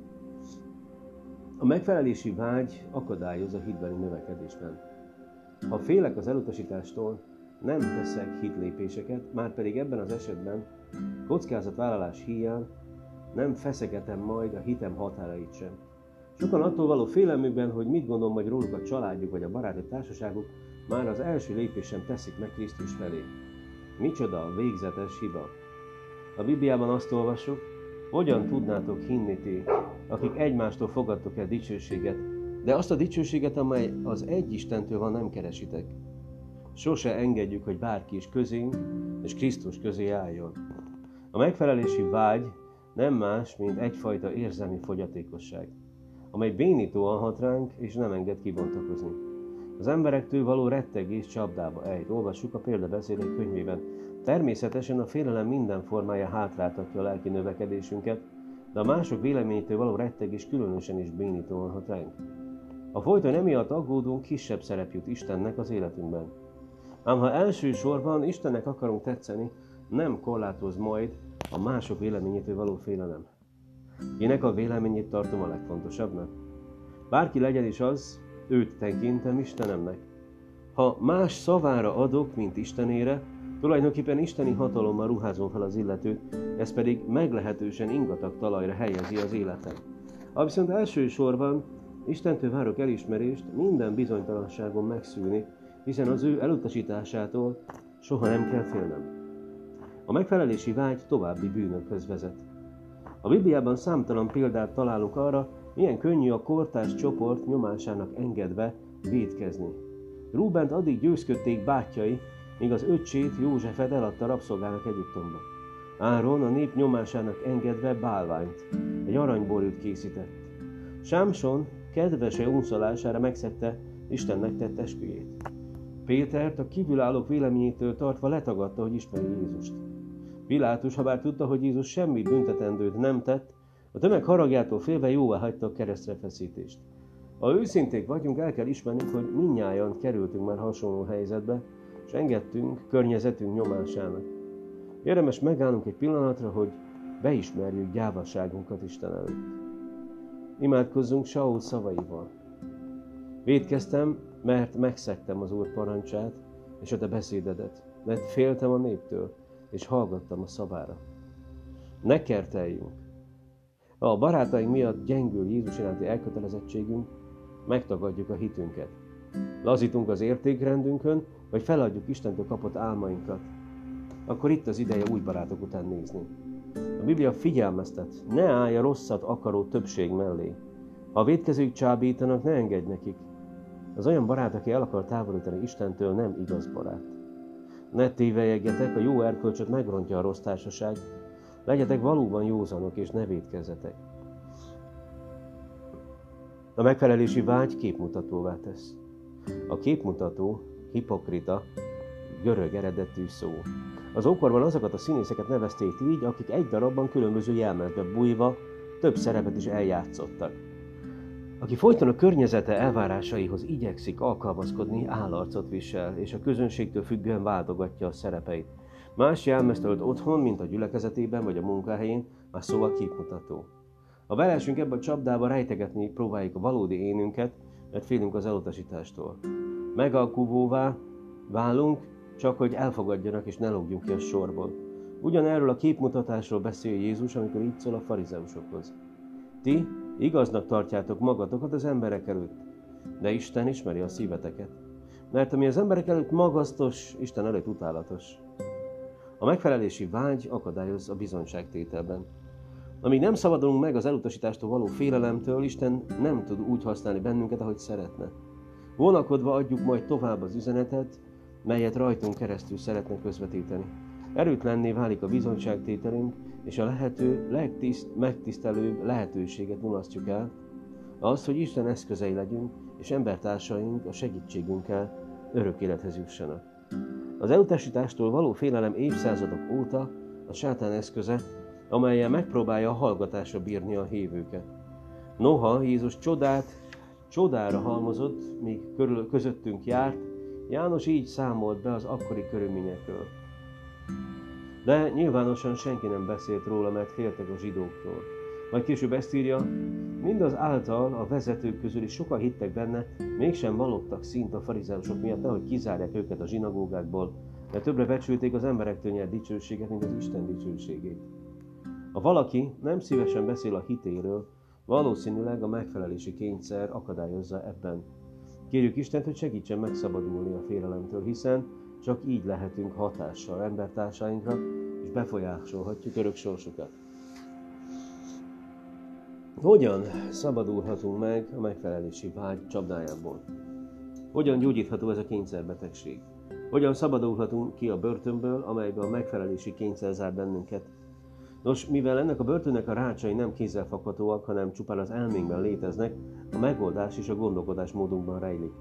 A megfelelési vágy akadályoz a hitbeli növekedésben. Ha félek az elutasítástól, nem teszek hitlépéseket, márpedig ebben az esetben kockázatvállalás híján nem feszegetem majd a hitem határait sem. Sokan attól való félelmükben, hogy mit gondol majd róluk a családjuk vagy a baráti társaságuk, már az első lépés sem teszik meg Krisztus felé. Micsoda végzetes hiba! A Bibliában azt olvassuk, hogyan tudnátok hinni ti, akik egymástól fogadtok el dicsőséget, de azt a dicsőséget, amely az egy Istentől van, nem keresitek. Sose engedjük, hogy bárki is közénk és Krisztus közé álljon. A megfelelési vágy nem más, mint egyfajta érzelmi fogyatékosság. amely bénítóan hat ránk, és nem enged kibontakozni. Az emberektől való rettegés csapdába ejt. Olvassuk a Példabeszédek könyvében. Természetesen a félelem minden formája hátráltatja a lelki növekedésünket, de a mások véleményétől való rettegés különösen is bénítóan hat ránk. Ha folyton emiatt aggódunk, kisebb szerep jut Istennek az életünkben. Ám ha elsősorban Istennek akarunk tetszeni, nem korlátoz majd a mások véleményétől való félelem. Kinek a véleményét tartom a legfontosabbnak? Bárki legyen is az, őt tekintem Istenemnek. Ha más szavára adok, mint Istenére, tulajdonképpen isteni hatalommal ruházom fel az illetőt, ez pedig meglehetősen ingatag talajra helyezi az életem. Ha viszont elsősorban Istentől várok elismerést, minden bizonytalanságom megszűnik, hiszen az ő elutasításától soha nem kell félnem. A megfelelési vágy további bűnökhöz vezet. A Bibliában számtalan példát találunk arra, milyen könnyű a kortárs csoport nyomásának engedve vétkezni. Rúbent addig győzködték bátyjai, míg az öccsét, Józsefet eladta rabszolgának Egyiptomba. Áron a nép nyomásának engedve bálványt, egy aranyborút készített. Sámson kedvese unszolására megszegte Istennek tett esküjét. Pétert a kívülállók véleményétől tartva letagadta, hogy ismeri Jézust. Pilátus, habár tudta, hogy Jézus semmi büntetendőt nem tett, a tömeg haragjától félve jóvá hagyta a keresztre feszítést. Ha őszinték vagyunk, el kell ismernünk, hogy mindnyájan kerültünk már hasonló helyzetbe, és engedtünk környezetünk nyomásának. Érdemes megállnunk egy pillanatra, hogy beismerjük gyávaságunkat Isten előtt. Imádkozzunk Saul szavaival. Vétkeztem, mert megszegtem az Úr parancsát és a te beszédedet, mert féltem a néptől, és hallgattam a szavára. Ne kerteljünk! Ha a barátaink miatt gyengül Jézus iránti elkötelezettségünk, megtagadjuk a hitünket. Lazítunk az értékrendünkön, vagy feladjuk Istentől kapott álmainkat. Akkor itt az ideje új barátok után nézni. A Biblia figyelmeztet, ne állj a rosszat akaró többség mellé. Ha a vétkezők csábítanak, ne engedj nekik. Az olyan barát, aki el akar távolítani Istentől, nem igaz barát. Ne tévelyegjetek, a jó erkölcsöt megrontja a rossz társaság. Legyetek valóban józanok, és ne vétkezzetek. A megfelelési vágy képmutatóvá tesz. A képmutató, hipokrita, görög eredetű szó. Az ókorban azokat a színészeket nevezték így, akik egy darabban különböző jelmezbe bújva több szerepet is eljátszottak. Aki folyton a környezete elvárásaihoz igyekszik alkalmazkodni, állarcot visel, és a közönségtől függően váltogatja a szerepeit. Más jelmezt ölt otthon, mint a gyülekezetében vagy a munkahelyén, más szóval képmutató. Ha belesünk ebbe a csapdába, rejtegetni próbáljuk a valódi énünket, mert félünk az elutasítástól. Megalkuvóvá válunk, csak hogy elfogadjanak és ne lógjunk ki a sorból. Ugyanerről a képmutatásról beszél Jézus, amikor így szól a farizeusokhoz. Ti igaznak tartjátok magatokat az emberek előtt, de Isten ismeri a szíveteket. Mert ami az emberek előtt magasztos, Isten előtt utálatos. A megfelelési vágy akadályoz a bizonyságtételben. Amíg nem szabadulunk meg az elutasítástól való félelemtől, Isten nem tud úgy használni bennünket, ahogy szeretne. Vonakodva adjuk majd tovább az üzenetet, melyet rajtunk keresztül szeretne közvetíteni. Erőtlenné válik a bizonyságtételünk, és a lehető legtiszt, megtisztelőbb lehetőséget mulasztjuk el, az, hogy Isten eszközei legyünk, és embertársaink a segítségünkkel örök élethez jussanak. Az elutasítástól való félelem évszázadok óta a sátán eszköze, amellyel megpróbálja a hallgatásra bírni a hívőket. Noha Jézus csodát, csodára halmozott, míg körül, közöttünk járt, János így számolt be az akkori körülményekről. De nyilvánosan senki nem beszélt róla, mert féltek a zsidóktól. Majd később ezt írja, mindaz által a vezetők közül is sokan hittek benne, mégsem vallottak szint a farizeusok miatt, nehogy kizárják őket a zsinagógákból, mert többre becsülték az emberektől nyert dicsőséget, mint az Isten dicsőségét. Ha valaki nem szívesen beszél a hitéről, valószínűleg a megfelelési kényszer akadályozza ebben. Kérjük Istent, hogy segítsen megszabadulni a félelemtől, hiszen csak így lehetünk hatással embertársainkra, és befolyásolhatjuk örök sorsukat. Hogyan szabadulhatunk meg a megfelelési vágy csapdájából? Hogyan gyógyítható ez a kényszerbetegség? Hogyan szabadulhatunk ki a börtönből, amelybe a megfelelési kényszer zár bennünket? Nos, mivel ennek a börtönnek a rácsai nem kézzelfoghatóak, hanem csupán az elménkben léteznek, a megoldás is a gondolkodásmódunkban rejlik.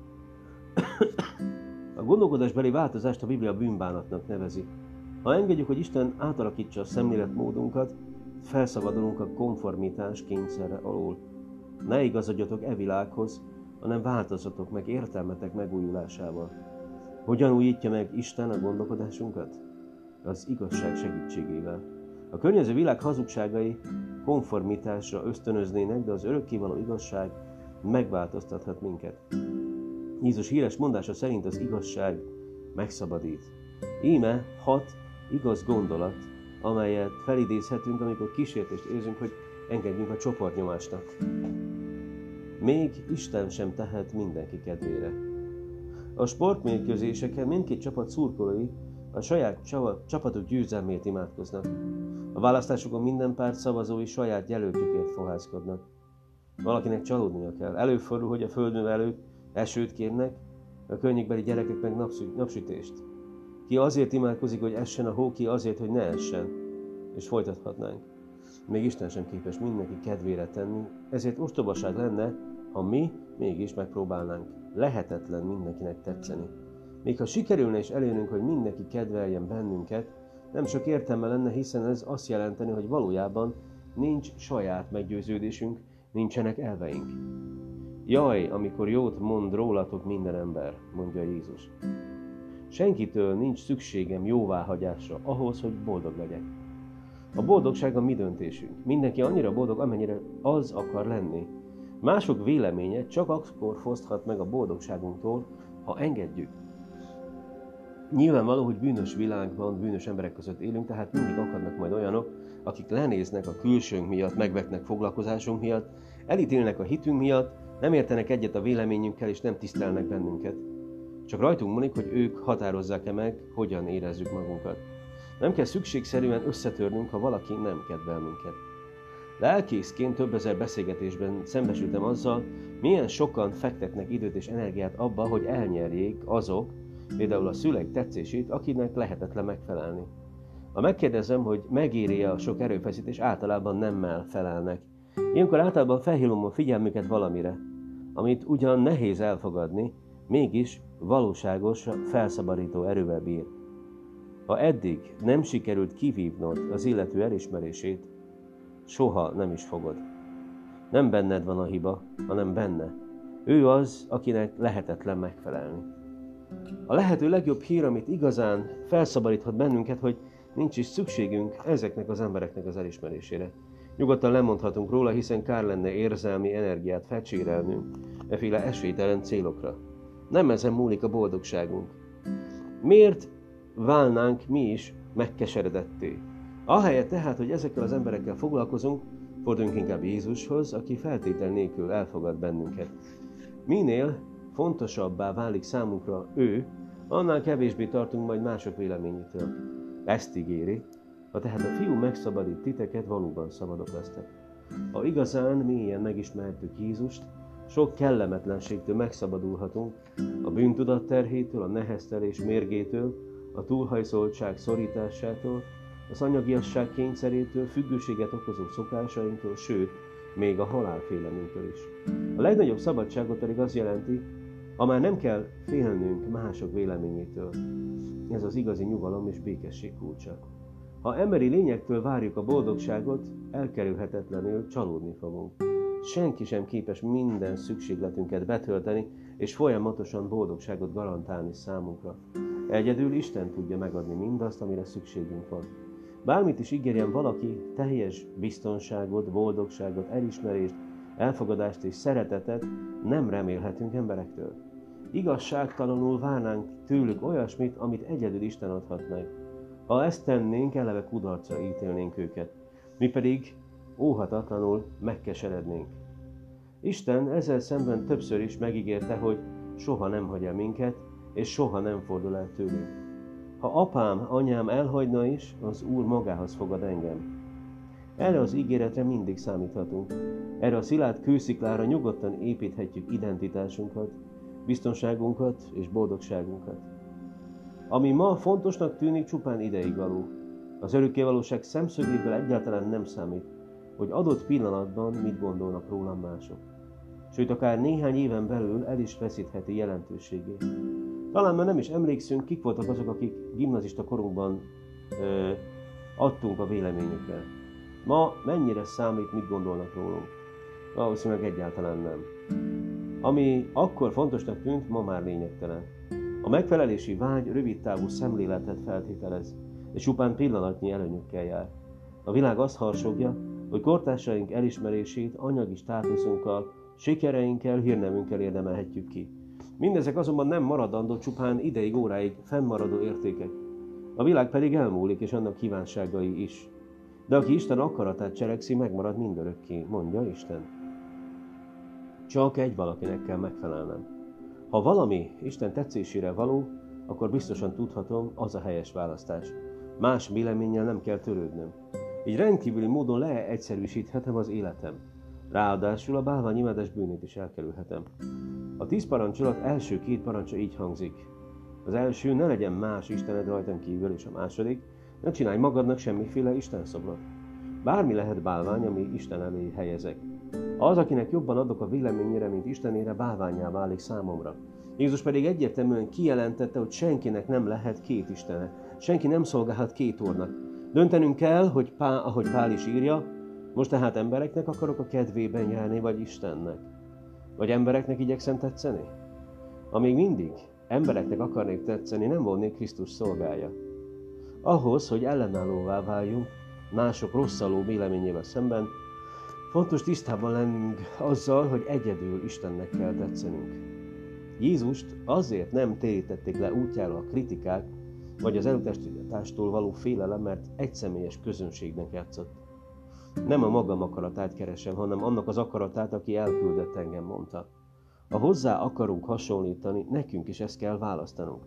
A gondolkodásbeli változást a Biblia bűnbánatnak nevezi. Ha engedjük, hogy Isten átalakítsa a szemléletmódunkat, felszabadulunk a konformitás kényszerre alól. Ne igazodjatok e világhoz, hanem változatok meg értelmetek megújulásával. Hogyan újítja meg Isten a gondolkodásunkat? Az igazság segítségével. A környező világ hazugságai konformitásra ösztönöznének, de az örökkévaló igazság megváltoztathat minket. Jézus híres mondása szerint az igazság megszabadít. Íme hat igaz gondolat, amelyet felidézhetünk, amikor kísértést érzünk, hogy engedjünk a csoportnyomásnak. Még Isten sem tehet mindenki kedvére. A sportmérkőzéseken mindkét csapat szurkolói a saját csapatuk győzelmét imádkoznak. A választásokon minden párt szavazói saját jelöltjükért fohászkodnak. Valakinek csalódnia kell. Előfordul, hogy a földművelők esőt kérnek, a környékbeli gyerekek meg napsütést. Ki azért imádkozik, hogy essen a hó, ki azért, hogy ne essen. És folytathatnánk. Még Isten sem képes mindenki kedvére tenni, ezért ostobaság lenne, ha mi mégis megpróbálnánk. Lehetetlen mindenkinek tetszeni. Még ha sikerülne és elérnünk, hogy mindenki kedveljen bennünket, nem sok értelme lenne, hiszen ez azt jelenteni, hogy valójában nincs saját meggyőződésünk, nincsenek elveink. Jaj, amikor jót mond rólatok minden ember, mondja Jézus. Senkitől nincs szükségem jóváhagyásra ahhoz, hogy boldog legyek. A boldogság a mi döntésünk. Mindenki annyira boldog, amennyire az akar lenni. Mások véleménye csak akkor foszthat meg a boldogságunktól, ha engedjük. Nyilvánvaló, hogy bűnös világban, bűnös emberek között élünk, tehát mindig akadnak majd olyanok, akik lenéznek a külsőnk miatt, megvetnek foglalkozásunk miatt, elítélnek a hitünk miatt, nem értenek egyet a véleményünkkel és nem tisztelnek bennünket. Csak rajtunk múlik, hogy ők határozzák-e meg, hogyan érezzük magunkat. Nem kell szükségszerűen összetörnünk, ha valaki nem kedvel minket. Lelkészként több ezer beszélgetésben szembesültem azzal, milyen sokan fektetnek időt és energiát abba, hogy elnyerjék azok, például a szüleik tetszését, akinek lehetetlen megfelelni. Ha megkérdezem, hogy megéri-e a sok erőfeszítés, általában nemmel felelnek. Ilyenkor általában felhívom a figyelmüket valamire, amit ugyan nehéz elfogadni, mégis valóságos, felszabadító erővel bír. Ha eddig nem sikerült kivívnod az illető elismerését, soha nem is fogod. Nem benned van a hiba, hanem benne. Ő az, akinek lehetetlen megfelelni. A lehető legjobb hír, amit igazán felszabadíthat bennünket, hogy nincs is szükségünk ezeknek az embereknek az elismerésére. Nyugodtan lemondhatunk róla, hiszen kár lenne érzelmi energiát fecsérelnünk efféle esélytelen célokra. Nem ezen múlik a boldogságunk. Miért válnánk mi is megkeseredetté? Ahelyett tehát, hogy ezekkel az emberekkel foglalkozunk, forduljunk inkább Jézushoz, aki feltétel nélkül elfogad bennünket. Minél fontosabbá válik számunkra ő, annál kevésbé tartunk majd mások véleményétől. Ezt ígéri, ha tehát a Fiú megszabadít titeket, valóban szabadok lesztek. Ha igazán mélyen megismertük Jézust, sok kellemetlenségtől megszabadulhatunk, a bűntudat terhétől, a neheztelés mérgétől, a túlhajszoltság szorításától, az anyagiasság kényszerétől, függőséget okozó szokásainktól, sőt, még a halálfélemünktől is. A legnagyobb szabadságot pedig azt jelenti, ha már nem kell félnünk mások véleményétől. Ez az igazi nyugalom és békesség kulcsa. Ha emberi lényektől várjuk a boldogságot, elkerülhetetlenül csalódni fogunk. Senki sem képes minden szükségletünket betölteni, és folyamatosan boldogságot garantálni számunkra. Egyedül Isten tudja megadni mindazt, amire szükségünk van. Bármit is ígérjen valaki, teljes biztonságot, boldogságot, elismerést, elfogadást és szeretetet nem remélhetünk emberektől. Igazságtalanul várnánk tőlük olyasmit, amit egyedül Isten adhat meg. Ha ezt tennénk, eleve kudarcra ítélnénk őket. Mi pedig óhatatlanul megkeserednénk. Isten ezzel szemben többször is megígérte, hogy soha nem hagy el minket, és soha nem fordul el tőlünk. Ha apám, anyám elhagyna is, az Úr magához fogad engem. Erre az ígéretre mindig számíthatunk. Erre a szilárd kősziklára nyugodtan építhetjük identitásunkat, biztonságunkat és boldogságunkat. Ami ma fontosnak tűnik, csupán ideigvaló. Az örökkévalóság szemszögéből egyáltalán nem számít, hogy adott pillanatban mit gondolnak rólam mások. Sőt, akár néhány éven belül el is veszítheti jelentőségét. Talán már nem is emlékszünk, kik voltak azok, akik gimnazista korunkban ö, adtunk a véleményükre. Ma mennyire számít, mit gondolnak rólunk? Valószínűleg egyáltalán nem. Ami akkor fontosnak tűnt, ma már lényegtelen. A megfelelési vágy rövidtávú szemléletet feltételez, és csupán pillanatnyi előnyökkel jár. A világ azt harsogja, hogy kortársaink elismerését anyagi státuszunkkal, sikereinkkel, hírnevünkkel érdemelhetjük ki. Mindezek azonban nem maradandó, csupán ideig, óráig fennmaradó értékek. A világ pedig elmúlik, és annak kívánságai is. De aki Isten akaratát cselekszi, megmarad mindörökké, mondja Isten. Csak egy valakinek kell megfelelnem. Ha valami Isten tetszésére való, akkor biztosan tudhatom, az a helyes választás. Más véleménnyel nem kell törődnöm. Így rendkívüli módon leegyszerűsíthetem az életem. Ráadásul a bálványimádás bűnét is elkerülhetem. A tíz parancsolat első két parancsa így hangzik. Az első, ne legyen más Istened rajtam kívül, és a második, ne csinálj magadnak semmiféle istenszobrot. Bármi lehet bálvány, ami Isten elé helyezek. Az, akinek jobban adok a véleményére, mint Istenére, bálvánnyá válik számomra. Jézus pedig egyértelműen kijelentette, hogy senkinek nem lehet két istene. Senki nem szolgálhat két úrnak. Döntenünk kell, hogy Pál, ahogy Pál is írja, most tehát embereknek akarok a kedvében járni, vagy Istennek? Vagy embereknek igyekszem tetszeni? Amíg mindig embereknek akarnék tetszeni, nem volnék Krisztus szolgája. Ahhoz, hogy ellenállóvá váljunk mások rosszaló véleményével szemben, fontos tisztában lennünk azzal, hogy egyedül Istennek kell tetszenünk. Jézust azért nem térítették le útjára a kritikák, vagy az elutasítástól való félelem, mert egyszemélyes közönségnek játszott. Nem a magam akaratát keresem, hanem annak az akaratát, aki elküldött engem, mondta. Ha hozzá akarunk hasonlítani, nekünk is ezt kell választanunk.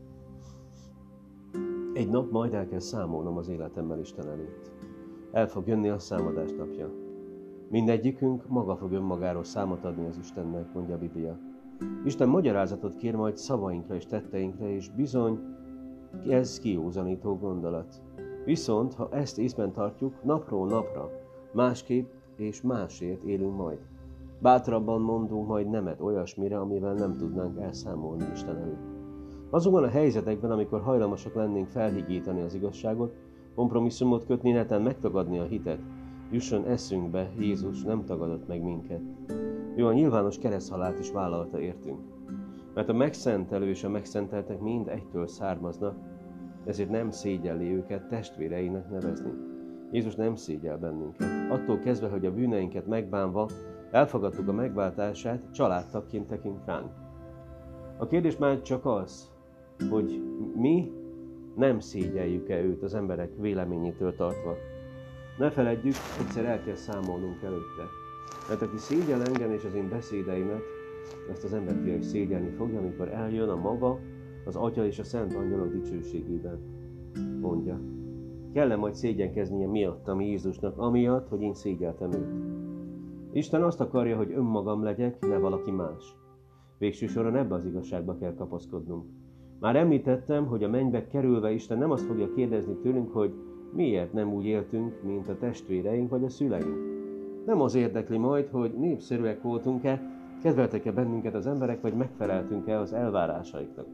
Egy nap majd el kell számolnom az életemmel Isten előtt. El fog jönni a számadás napja. Mindegyikünk maga fog önmagáról számot adni az Istennek, mondja a Biblia. Isten magyarázatot kér majd szavainkra és tetteinkre, és bizony ez kiózanító gondolat. Viszont, ha ezt észben tartjuk, napról napra másképp és másért élünk majd. Bátrabban mondunk majd nemet olyasmire, amivel nem tudnánk elszámolni Isten előtt. Azonban a helyzetekben, amikor hajlamosak lennénk felhigítani az igazságot, kompromisszumot kötni, netán megtagadni a hitet, jusson eszünkbe, Jézus nem tagadott meg minket. Ő a nyilvános kereszthalált is vállalta értünk. Mert a megszentelő és a megszenteltek mind egytől származnak, ezért nem szégyelli őket testvéreinek nevezni. Jézus nem szégyel bennünket. Attól kezdve, hogy a bűneinket megbánva elfogadtuk a megváltását, családtagként tekint ránk. A kérdés már csak az, hogy mi nem szégyeljük-e őt az emberek véleményétől tartva. Ne feledjük, egyszer el kell számolnunk előtte. Mert aki szégyel engem és az én beszédeimet, ezt az embert is szégyelni fogja, amikor eljön a maga, az Atya és a Szent Angyalok dicsőségében, mondja. Kell-e majd szégyenkeznie miattam Jézusnak, amiatt, hogy én szégyeltem őt? Isten azt akarja, hogy önmagam legyek, ne valaki más. Végső soron ebbe az igazságba kell kapaszkodnunk. Már említettem, hogy a mennybe kerülve Isten nem azt fogja kérdezni tőlünk, hogy miért nem úgy éltünk, mint a testvéreink vagy a szüleink. Nem az érdekli majd, hogy népszerűek voltunk-e, kedveltek-e bennünket az emberek, vagy megfeleltünk-e az elvárásaiknak.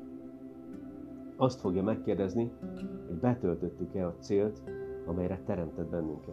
Azt fogja megkérdezni, hogy betöltöttük-e a célt, amelyre teremtett bennünket.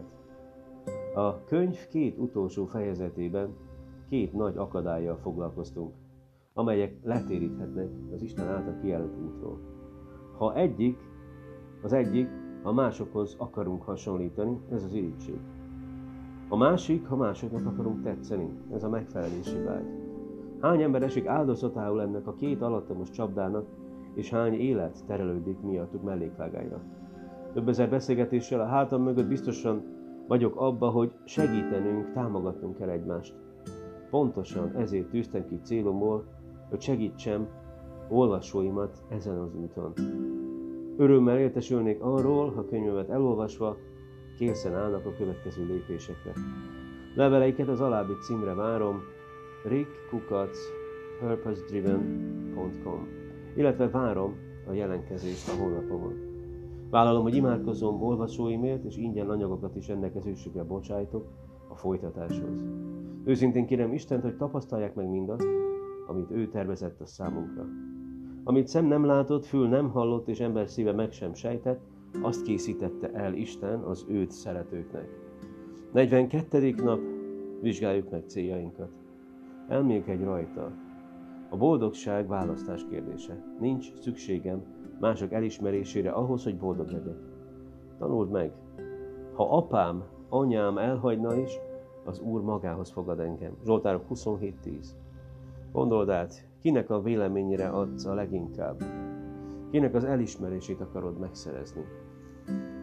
A könyv két utolsó fejezetében két nagy akadállyal foglalkoztunk, amelyek letéríthetnek az Isten által kijelölt útról. Ha egyik, az egyik, ha másokhoz akarunk hasonlítani, ez az irigység. A másik, ha másoknak akarunk tetszeni, ez a megfelelési vágy. Hány ember esik áldozatául ennek a két alattomos csapdának, és hány élet terelődik miattuk mellékvágányra. Több ezer beszélgetéssel a hátam mögött biztosan vagyok abba, hogy segítenünk, támogatnunk kell egymást. Pontosan ezért tűztem ki célomból, hogy segítsem olvasóimat ezen az úton. Örömmel értesülnék arról, ha könyvemet elolvasva készen állnak a következő lépésekre. Leveleiket az alábbi címre várom, rick kukac purpose driven pont com, illetve várom a jelentkezést a honlapomon. Vállalom, hogy imádkozom olvasóimért, és ingyen anyagokat is rendelkezésükre bocsájtok a folytatáshoz. Őszintén kérem Istent, hogy tapasztalják meg mindazt, amit ő tervezett a számunkra. Amit szem nem látott, fül nem hallott, és ember szíve meg sem sejtett, azt készítette el Isten az őt szeretőknek. negyvenkettedik nap, vizsgáljuk meg céljainkat. Elmélkedj rajta. A boldogság választás kérdése. Nincs szükségem mások elismerésére ahhoz, hogy boldog legyek. Tanuld meg. Ha apám, anyám elhagyna is, az Úr magához fogad engem. Zsoltárok huszonhét tíz. Gondold át, kinek a véleményére adsz a leginkább? Kinek az elismerését akarod megszerezni?